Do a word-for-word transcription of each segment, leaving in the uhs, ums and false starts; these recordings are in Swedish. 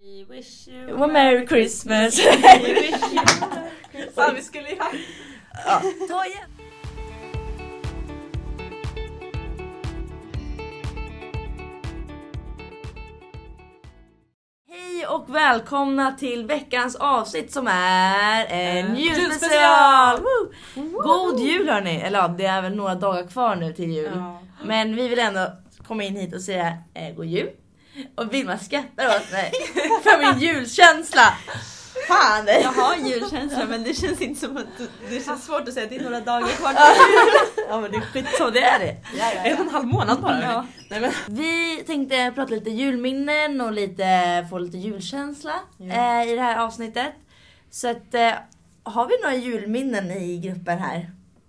We wish you a Merry Christmas. We wish you a Merry Christmas. Ja, vi skulle ju ha. Ja, ta igen. Hej och välkomna till veckans avsnitt som är en julspecial. Woo! God jul hörni. Eller ja, det är väl några dagar kvar nu till jul. Ja. Men vi vill ändå komma in hit och säga eh, god jul. Och Vilma skrattar åt mig för min julkänsla. Fan. Jag har julkänsla, men det känns inte som att det känns svårt att säga att det är några dagar kvar. Ja, men det är skit så det är det. Ja, ja, ja. En och en halv månad bara. Ja. Nej, men. Vi tänkte prata lite julminnen och lite få lite julkänsla ja. eh, i det här avsnittet. Så att eh, har vi några julminnen i gruppen här?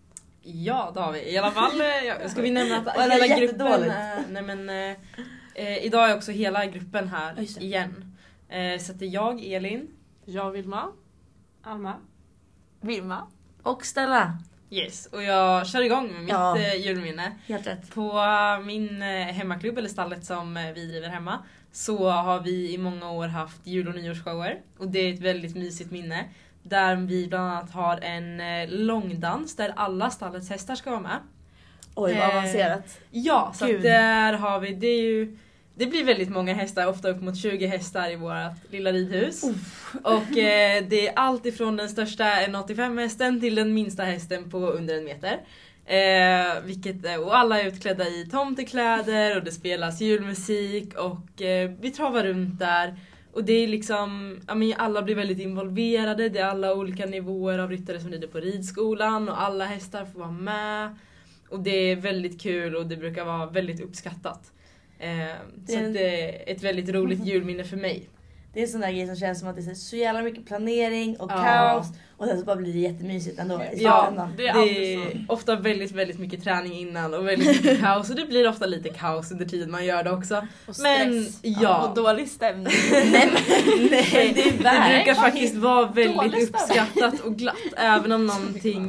Ja, det har vi. I alla fall ja, ska vi nämna att hela hela gruppen äh, nej men äh, äh, idag är också hela gruppen här igen. Äh, så att det är jag, Elin, jag Vilma, Alma, Vilma och Stella. Yes, och jag kör igång med mitt ja. äh, julminne. Helt rätt. På min äh, hemmaklubb eller stallet som äh, vi driver hemma så har vi i många år haft jul- och nyårsshower och det är ett väldigt mysigt minne. Där vi bland annat har en eh, långdans där alla stallets hästar ska vara med. Oj, vad avancerat. Eh, ja, så att där har vi, det är ju, det blir väldigt många hästar, ofta upp mot tjugo hästar i vårt lilla ridhus. Uff. Och eh, det är allt ifrån den största en komma åttiofem hästen till den minsta hästen på under en meter. Eh, vilket, och alla är utklädda i tomtekläder och det spelas julmusik och eh, vi travar runt där. Och det är liksom, ja men alla blir väldigt involverade, det är alla olika nivåer av ryttare som rider på ridskolan och alla hästar får vara med. Och det är väldigt kul och det brukar vara väldigt uppskattat. Eh, så en... att det är ett väldigt roligt julminne för mig. Det är en sån där grej som känns som att det är så jävla mycket planering och ja. kaos. Och sen så bara blir det jättemysigt ändå. Ja, det är, det är ofta väldigt, väldigt mycket träning innan och väldigt mycket kaos. Och det blir ofta lite kaos under tiden man gör det också. Och men ja. Och dålig stämning. nej, men, nej, det, är det brukar faktiskt vara väldigt uppskattat och glatt. Även om någonting...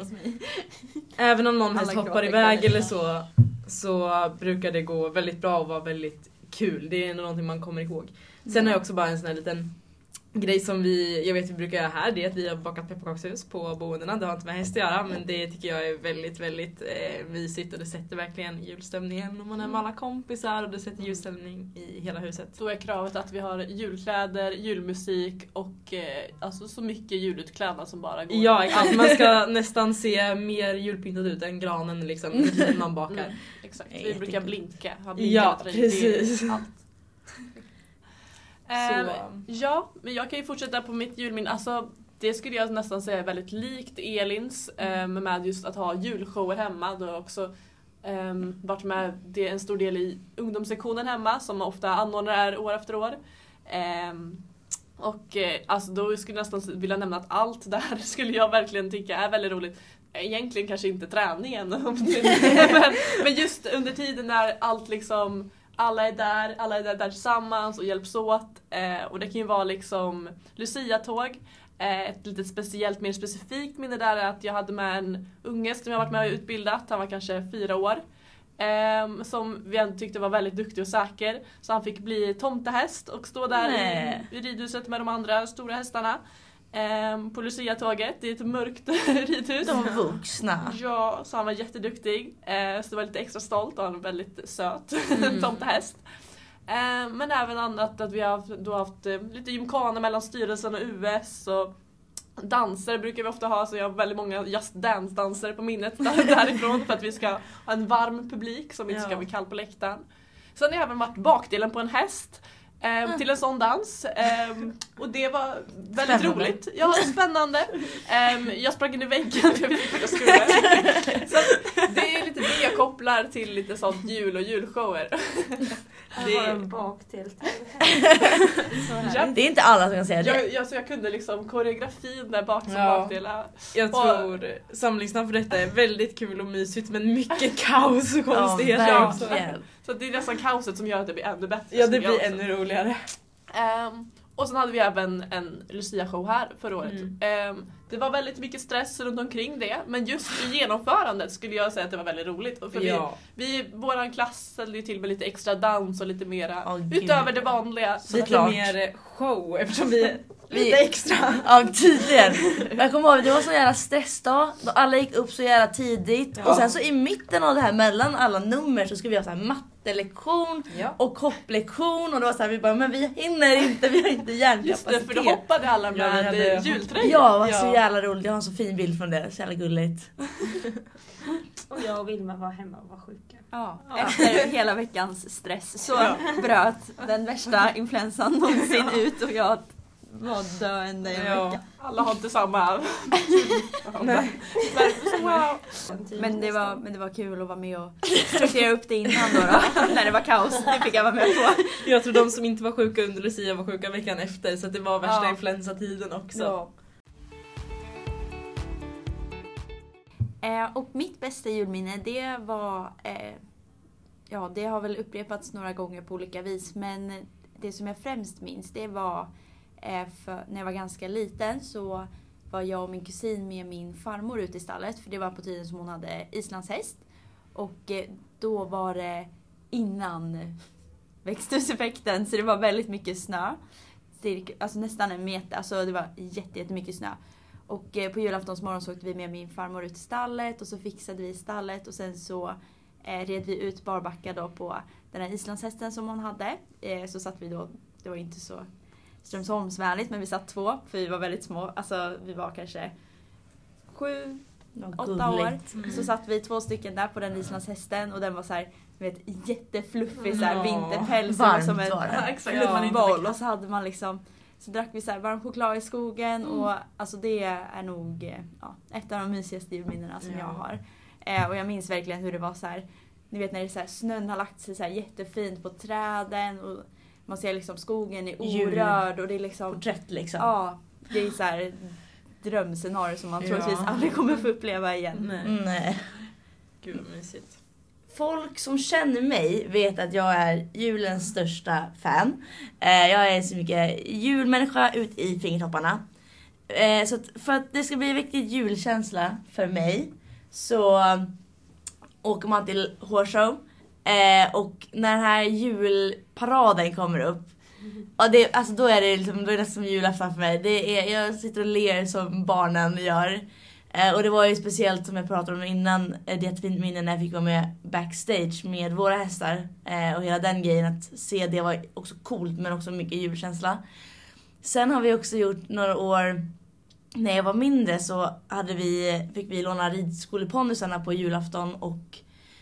även om någon häst hoppar iväg eller så, så brukar det gå väldigt bra och vara väldigt kul. Det är någonting man kommer ihåg. Sen har jag också bara en sån här liten grej som vi, jag vet vi brukar göra här, det är att vi har bakat pepparkakshus på boendena. Det har inte med häst att göra, men det tycker jag är väldigt, väldigt eh, mysigt och det sätter verkligen julstämningen om man är med alla kompisar och det sätter julstämning i hela huset. Då är kravet att vi har julkläder, julmusik och eh, alltså så mycket julutklädnad som bara går. Ja, exakt. Man ska nästan se mer julpyntat ut än granen liksom, när man bakar. Mm, exakt, vi brukar blinka. Ha blinkat ja, precis. Allt. Um, ja, men jag kan ju fortsätta på mitt julminne. Alltså, det skulle jag nästan säga är väldigt likt Elins um, med just att ha julshower hemma. Då har jag också um, varit med, det är en stor del i ungdomssektionen hemma som ofta anordnar år efter år. Um, och uh, alltså, då skulle jag nästan vilja nämna att allt där skulle jag verkligen tycka är väldigt roligt. Egentligen kanske inte träningen men, men just under tiden när allt liksom alla är där, alla är där, där tillsammans och hjälps åt. Eh, och det kan ju vara liksom Lucia-tåg. Eh, ett lite speciellt, mer specifikt minne där är att jag hade med en unge som jag varit med och utbildat. Han var kanske fyra år. Eh, som vi ändå tyckte var väldigt duktig och säker. Så han fick bli tomtehäst och stå där i, i ridhuset med de andra stora hästarna. Um, på Lucia-tåget. Det är ett mörkt ridhus. De var vuxna. Ja, så han var jätteduktig. Uh, så det var lite extra stolt och han var väldigt söt. Mm. Tomtehäst. Uh, men även annat att vi har haft, då haft uh, lite gymkana mellan styrelsen och U S. Och danser brukar vi ofta ha. Så jag har väldigt många Just Dance-danser på minnet där, därifrån. För att vi ska ha en varm publik som inte ja. ska bli kall på läktaren. Sen har jag även varit bakdelen på en häst. Um, mm. Till en sån dans. Um, och det var väldigt spännande. roligt. Ja, spännande. Um, jag sprang in i väggen för jag skulle. Så det är lite det jag kopplar till lite sånt jul och julshower. Det var en bakdel till. Ja. Det är inte alla som kan säga det. Jag, jag, så jag kunde liksom koreografin där bak som ja. bakdel. Jag tror och, samlingsnamn för detta är väldigt kul och mysigt men mycket kaos och konstigheter. Ja, också. Så det är nästan kaoset som gör att det blir ännu bättre. Ja, det blir ännu roligare. Um, Och sen hade vi även en Lucia-show här förra året. Mm. Um, det var väldigt mycket stress runt omkring det. Men just i genomförandet skulle jag säga att det var väldigt roligt. För ja. vi, vi, våran klass ställde ju till med lite extra dans och lite mera oh, utöver det vanliga. Så lite mer show eftersom vi är lite extra. Ja, tydligen. Jag kommer ihåg, det var så jävla stressdag. Då alla gick upp så jävla tidigt. Ja. Och sen så i mitten av det här, mellan alla nummer, så skulle vi ha så här mattelektion ja. och hopplektion. Och då var så här, vi bara, men vi hinner inte, vi har inte hjärnkapacitet. Just det, för då hoppade alla med ja, hade... jultröjor. Ja, det var ja. så jävla roligt. Jag har en så fin bild från det, så jävla gulligt. Och jag och Vilma var hemma och var sjuka. Ja, efter hela veckans stress så ja. bröt den värsta influensan någonsin ut och jag var döende i en ja. vecka. Alla har inte samma. Nej. Men det var men det var kul att vara med och strukturera upp det innan då, då när det var kaos. Det fick jag vara med på. Jag tror de som inte var sjuka under Lucia var sjuka veckan efter, så att det var värsta ja. influensatiden också. Ja. Eh, och mitt bästa julminne, det var eh, ja, det har väl upprepats några gånger på olika vis, men det som jag främst minns, det var eh, för när jag var ganska liten så var jag och min kusin med min farmor ute i stallet, för det var på tiden som hon hade islandshäst. Och eh, då var det innan växthuseffekten, så det var väldigt mycket snö. Cirka, alltså nästan en meter, alltså det var jätte, jättemycket snö. Och eh, på julaftons morgon så åkte vi med min farmor ut i stallet och så fixade vi stallet och sen så eh, red vi ut barbacka då på den här islandshästen som hon hade. Eh, så satt vi då, det var inte så Strömsholmsvänligt, men vi satt två för vi var väldigt små. Alltså vi var kanske sju, åtta år. Mm. Så satt vi två stycken där på den islandshästen och den var så här, vet, jättefluffig så här, vinterpäls som en ja, boll. Och så hade man liksom, så drack vi så här varm choklad i skogen mm. och alltså det är nog ja, ett av de mysigaste julminnena som ja. jag har. Eh, och jag minns verkligen hur det var så här, ni vet när det så här, snön har lagt sig så här jättefint på träden och man ser liksom skogen är orörd och det är liksom porträtt liksom. Ja, det är så här drömscenario som man ja. troligtvis aldrig kommer få uppleva igen. Nej. Nej. Gud vad mysigt. Folk som känner mig vet att jag är julens största fan. Eh, jag är så mycket julmänniska ut i fingertopparna. Eh, så att för att det ska bli en riktig julkänsla för mig så åker man till Hårshow. Eh, och när den här julparaden kommer upp och det, alltså då är det liksom, då är det som julafton för mig. Det är, jag sitter och ler som barnen gör. Eh, och det var ju speciellt som jag pratade om innan, det är ett fint minne när jag fick vara med backstage med våra hästar. Eh, och hela den grejen, att se det var också coolt men också mycket julkänsla. Sen har vi också gjort några år, när jag var mindre så hade vi, fick vi låna ridskoleponnysarna på julafton och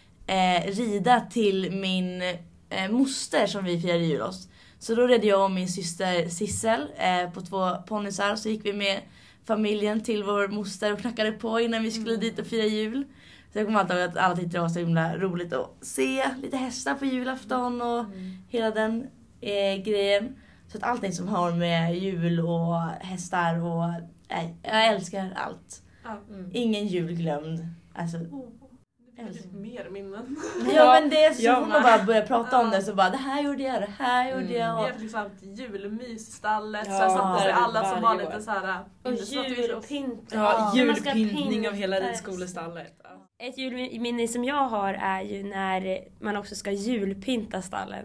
eh, rida till min eh, moster som vi firade jul hos. Så då red jag och min syster Sissel eh, på två ponnysar, så gick vi med familjen till vår moster och knackade på innan vi skulle mm. dit och fira jul. Så jag kommer alltid ihåg att alla tyckte det var så himla roligt att se lite hästar på julafton och mm. hela den eh, grejen. Så att allting som har med jul och hästar och eh, jag älskar allt. Mm. Ingen jul glömd. Alltså, oh. Lite mer minnen. Ja, men det är så fort man bara börjar prata om det så bara, det här gjorde jag, det här gjorde mm. jag. Vi har liksom haft julmys i stallet, ja, så satt sig alla som var lite så här. Och julpynt. Ja, julpyntning av hela ridskolestallet. Ja. Ett julminne som jag har är ju när man också ska julpynta stallen.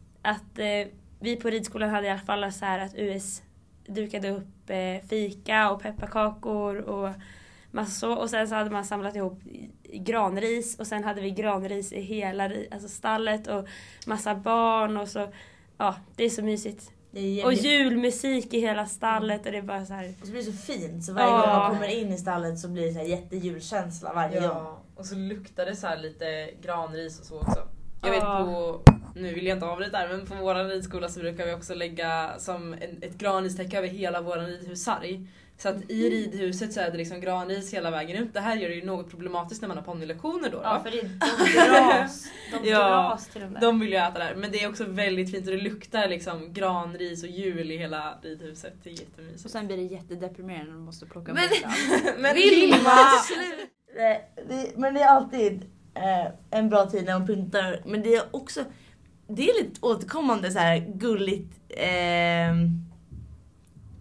Att eh, vi på ridskolan hade i alla fall så här att U S dukade upp eh, fika och pepparkakor och massa så. Och sen så hade man samlat ihop granris och sen hade vi granris i hela alltså stallet och massa barn och så. Ja, det är så mysigt. Är och julmusik i hela stallet och det är bara så här. Och så blir det så fint, så varje ja. gång man kommer in i stallet så blir det så här jättejulkänsla varje ja. gång. Och så luktar det så här lite granris och så också. Jag vet på, nu vill jag inte avbryta där, men på våran ridskola så brukar vi också lägga som en, ett granistäcke över hela våran ridhussarg. Så att i ridhuset så är det liksom granris hela vägen ut. Det här gör det ju något problematiskt när man har ponnylektioner då. då. Ja, för det, de dras, de ja, dras till dem där. De vill ju äta där. Men det är också väldigt fint och det luktar liksom granris och jul i hela ridhuset. Det är jättemysigt. Och sen blir det jättedeprimerande när man måste plocka men, bort allt. Men Vilma! det, det, men det är alltid eh, en bra tid när man pyntar. Men det är också, det är lite återkommande så här gulligt... Eh,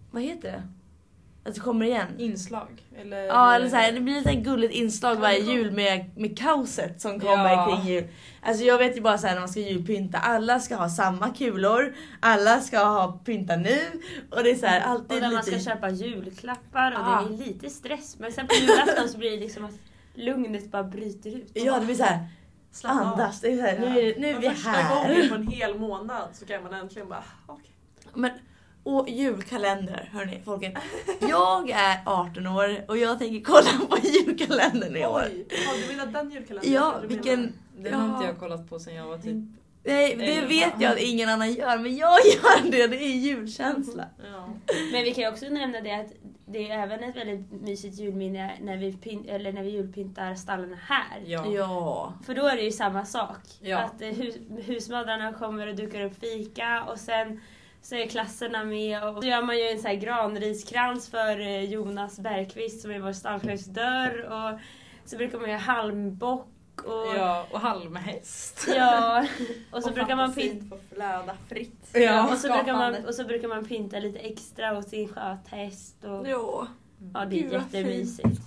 vad heter det? Att det kommer igen. Inslag. Eller, Ja, eller så här, det blir lite gulligt inslag varje jul med, med kaoset som kommer Ja. kring jul. Alltså jag vet ju bara så här när man ska julpynta. Alla ska ha samma kulor. Alla ska ha pynta nu. Och det är så här alltid Och när lite... man ska köpa julklappar och Ah. det är lite stress. Men sen på julafton så blir det liksom att lugnet bara bryter ut. Ja, det blir så här Slappa av. andas. Det är så här, nu är, nu är Men vi första här. gången på en hel månad så kan man äntligen bara, okej. Men, och julkalender, hörni, folket. Jag är arton år och jag tänker kolla på julkalendern i år. Oj, har du velat den julkalendern? Ja, Eller vilken... menar- Den har inte jag kollat på sen jag var typ... Nej, det Elva. vet jag att ingen annan gör, men jag gör det. Det är julkänsla. Ja. Men vi kan ju också nämna det att det är även ett väldigt mysigt julminne när vi, pyn- eller när vi julpyntar stallen här. Ja. Ja. För då är det ju samma sak. Ja. Att eh, hus- husmödrarna kommer och dukar upp fika och sen så är klasserna med och så gör man ju en så här granriskrans för eh, Jonas Bergqvist som är vår stallchefsdörr och så brukar man göra halmbock och Ja, och halmhäst. ja, och så brukar man pynta får flöda fritt. ja, och, så brukar man, och så brukar man pynta lite extra hos sin sköthäst och Ja. ja, det är Gud, vad jättemysigt.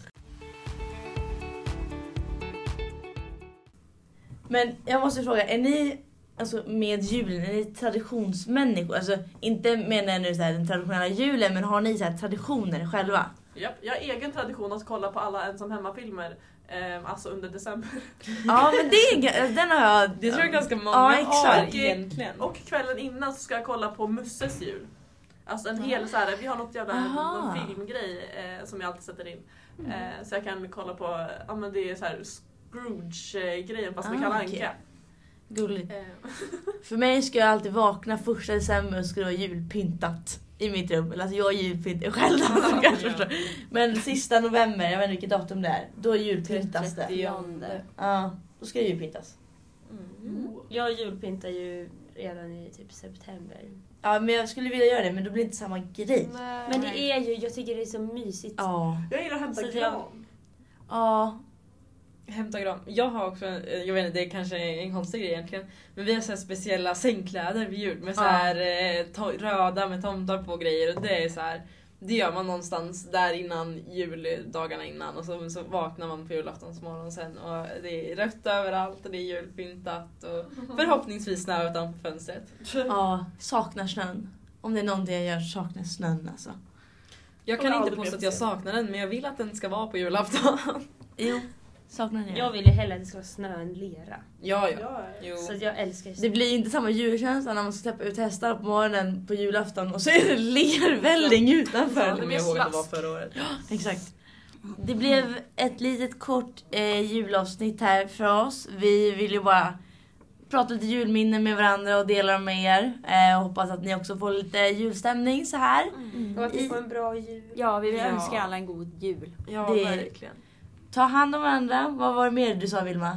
Men jag måste fråga, är ni alltså, med julen, är ni traditionsmänniskor? Alltså inte menar jag nu så här, den traditionella julen, men har ni så här, traditioner själva? Japp, jag har egen tradition att kolla på alla ensam hemma-filmer. Eh, alltså under december. Ja, men det är, den har jag... Det tror jag ganska många Ja, har exakt. egentligen. Och kvällen innan så ska jag kolla på Musses jul. Alltså en hel så här, vi har något jävla Aha. någon filmgrej eh, som jag alltid sätter in. Eh, så jag kan kolla på, ja men det är så här Scrooge-grejen fast med Ah, Kalle okej. Anka. Gulligt. Eh, För mig ska jag alltid vakna första december och ska det vara julpyntat i mitt rum. Eller alltså jag är julpyntar själv. Alltså, kanske Ja. förstår. Men sista november, jag vet inte vilket datum det är, då julpyntas det. Tionde. Ja, då ska det julpyntas. Mm. Jag julpyntar ju redan i typ september. Ja, men jag skulle vilja göra det, men då blir det inte samma grej. Men det är ju, jag tycker det är så mysigt. Ja. Jag gillar att hämta Så jag- gran. Ja. Hämta gran. Jag har också, en- jag vet inte, det är kanske är en konstig grej egentligen. Men vi har så här speciella sängkläder vid jul med så här eh, to- röda med tomtar på grejer. Och det är så här, det gör man någonstans där innan juldagarna innan. Och så, så vaknar man på julaftonsmorgon sen. Och det är rött överallt och det är julpyntat. Och förhoppningsvis snö utanför fönstret. Ja, saknar snön. Om det är någonting jag gör så saknar jag snön alltså. Jag Kommer kan inte aldrig påstå mer att jag få se. saknar den, men jag vill att den ska vara på julafton. Jo, saknar jag. Jag vill ju hellre att det ska vara snö än lera. Ja, ja. Ja, Jo. Så att jag älskar Det blir inte samma julkänsla när man ska släppa ut hästar på morgonen på julafton och så är det lervälling utanför. Ja, Det det kommer jag ihåg att det var slask. förra året. Exakt. Det blev ett litet kort eh, julavsnitt här för oss. Vi vill ju bara prata lite julminnen med varandra och dela dem med er. Eh, och hoppas att ni också får lite julstämning så här. Och att vi får en bra jul. Ja, vi vill Ja. önska alla en god jul. Ja, Det- verkligen. Ta hand om varandra. Vad var det mer du sa, Vilma?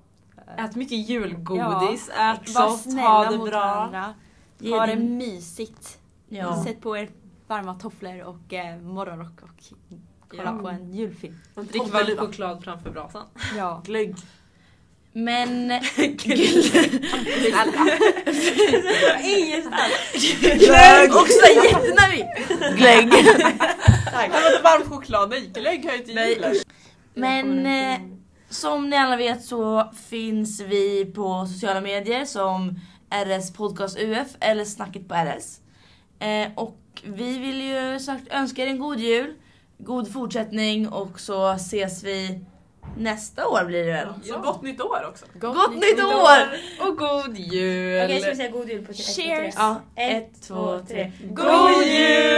Ät mycket julgodis, ät Var soft, ha snälla det mot bra. varandra. Ge Ha det din- mysigt. Ja. Sätt på er varma tofflor och eh, morgonrock och kolla Ja. på en julfilm. Drick varm choklad framför brasan. Ja. Glögg. Men... Ingenstans. Glögg! Också jättenöjd! Glögg! Tack. Men inte varm choklad, nej glögg hör ju till Nej. julen. Men eh, som ni alla vet så finns vi på sociala medier som R S Podcast U F eller Snacket på R S. Eh, och vi vill ju sagt önska er en god jul, god fortsättning och så ses vi nästa år blir det väl. Så gott nytt år också. Gott nytt år! Och god jul! Okej, ska vi säga god jul på tre? Cheers! Ja, ett, två, tre. God jul!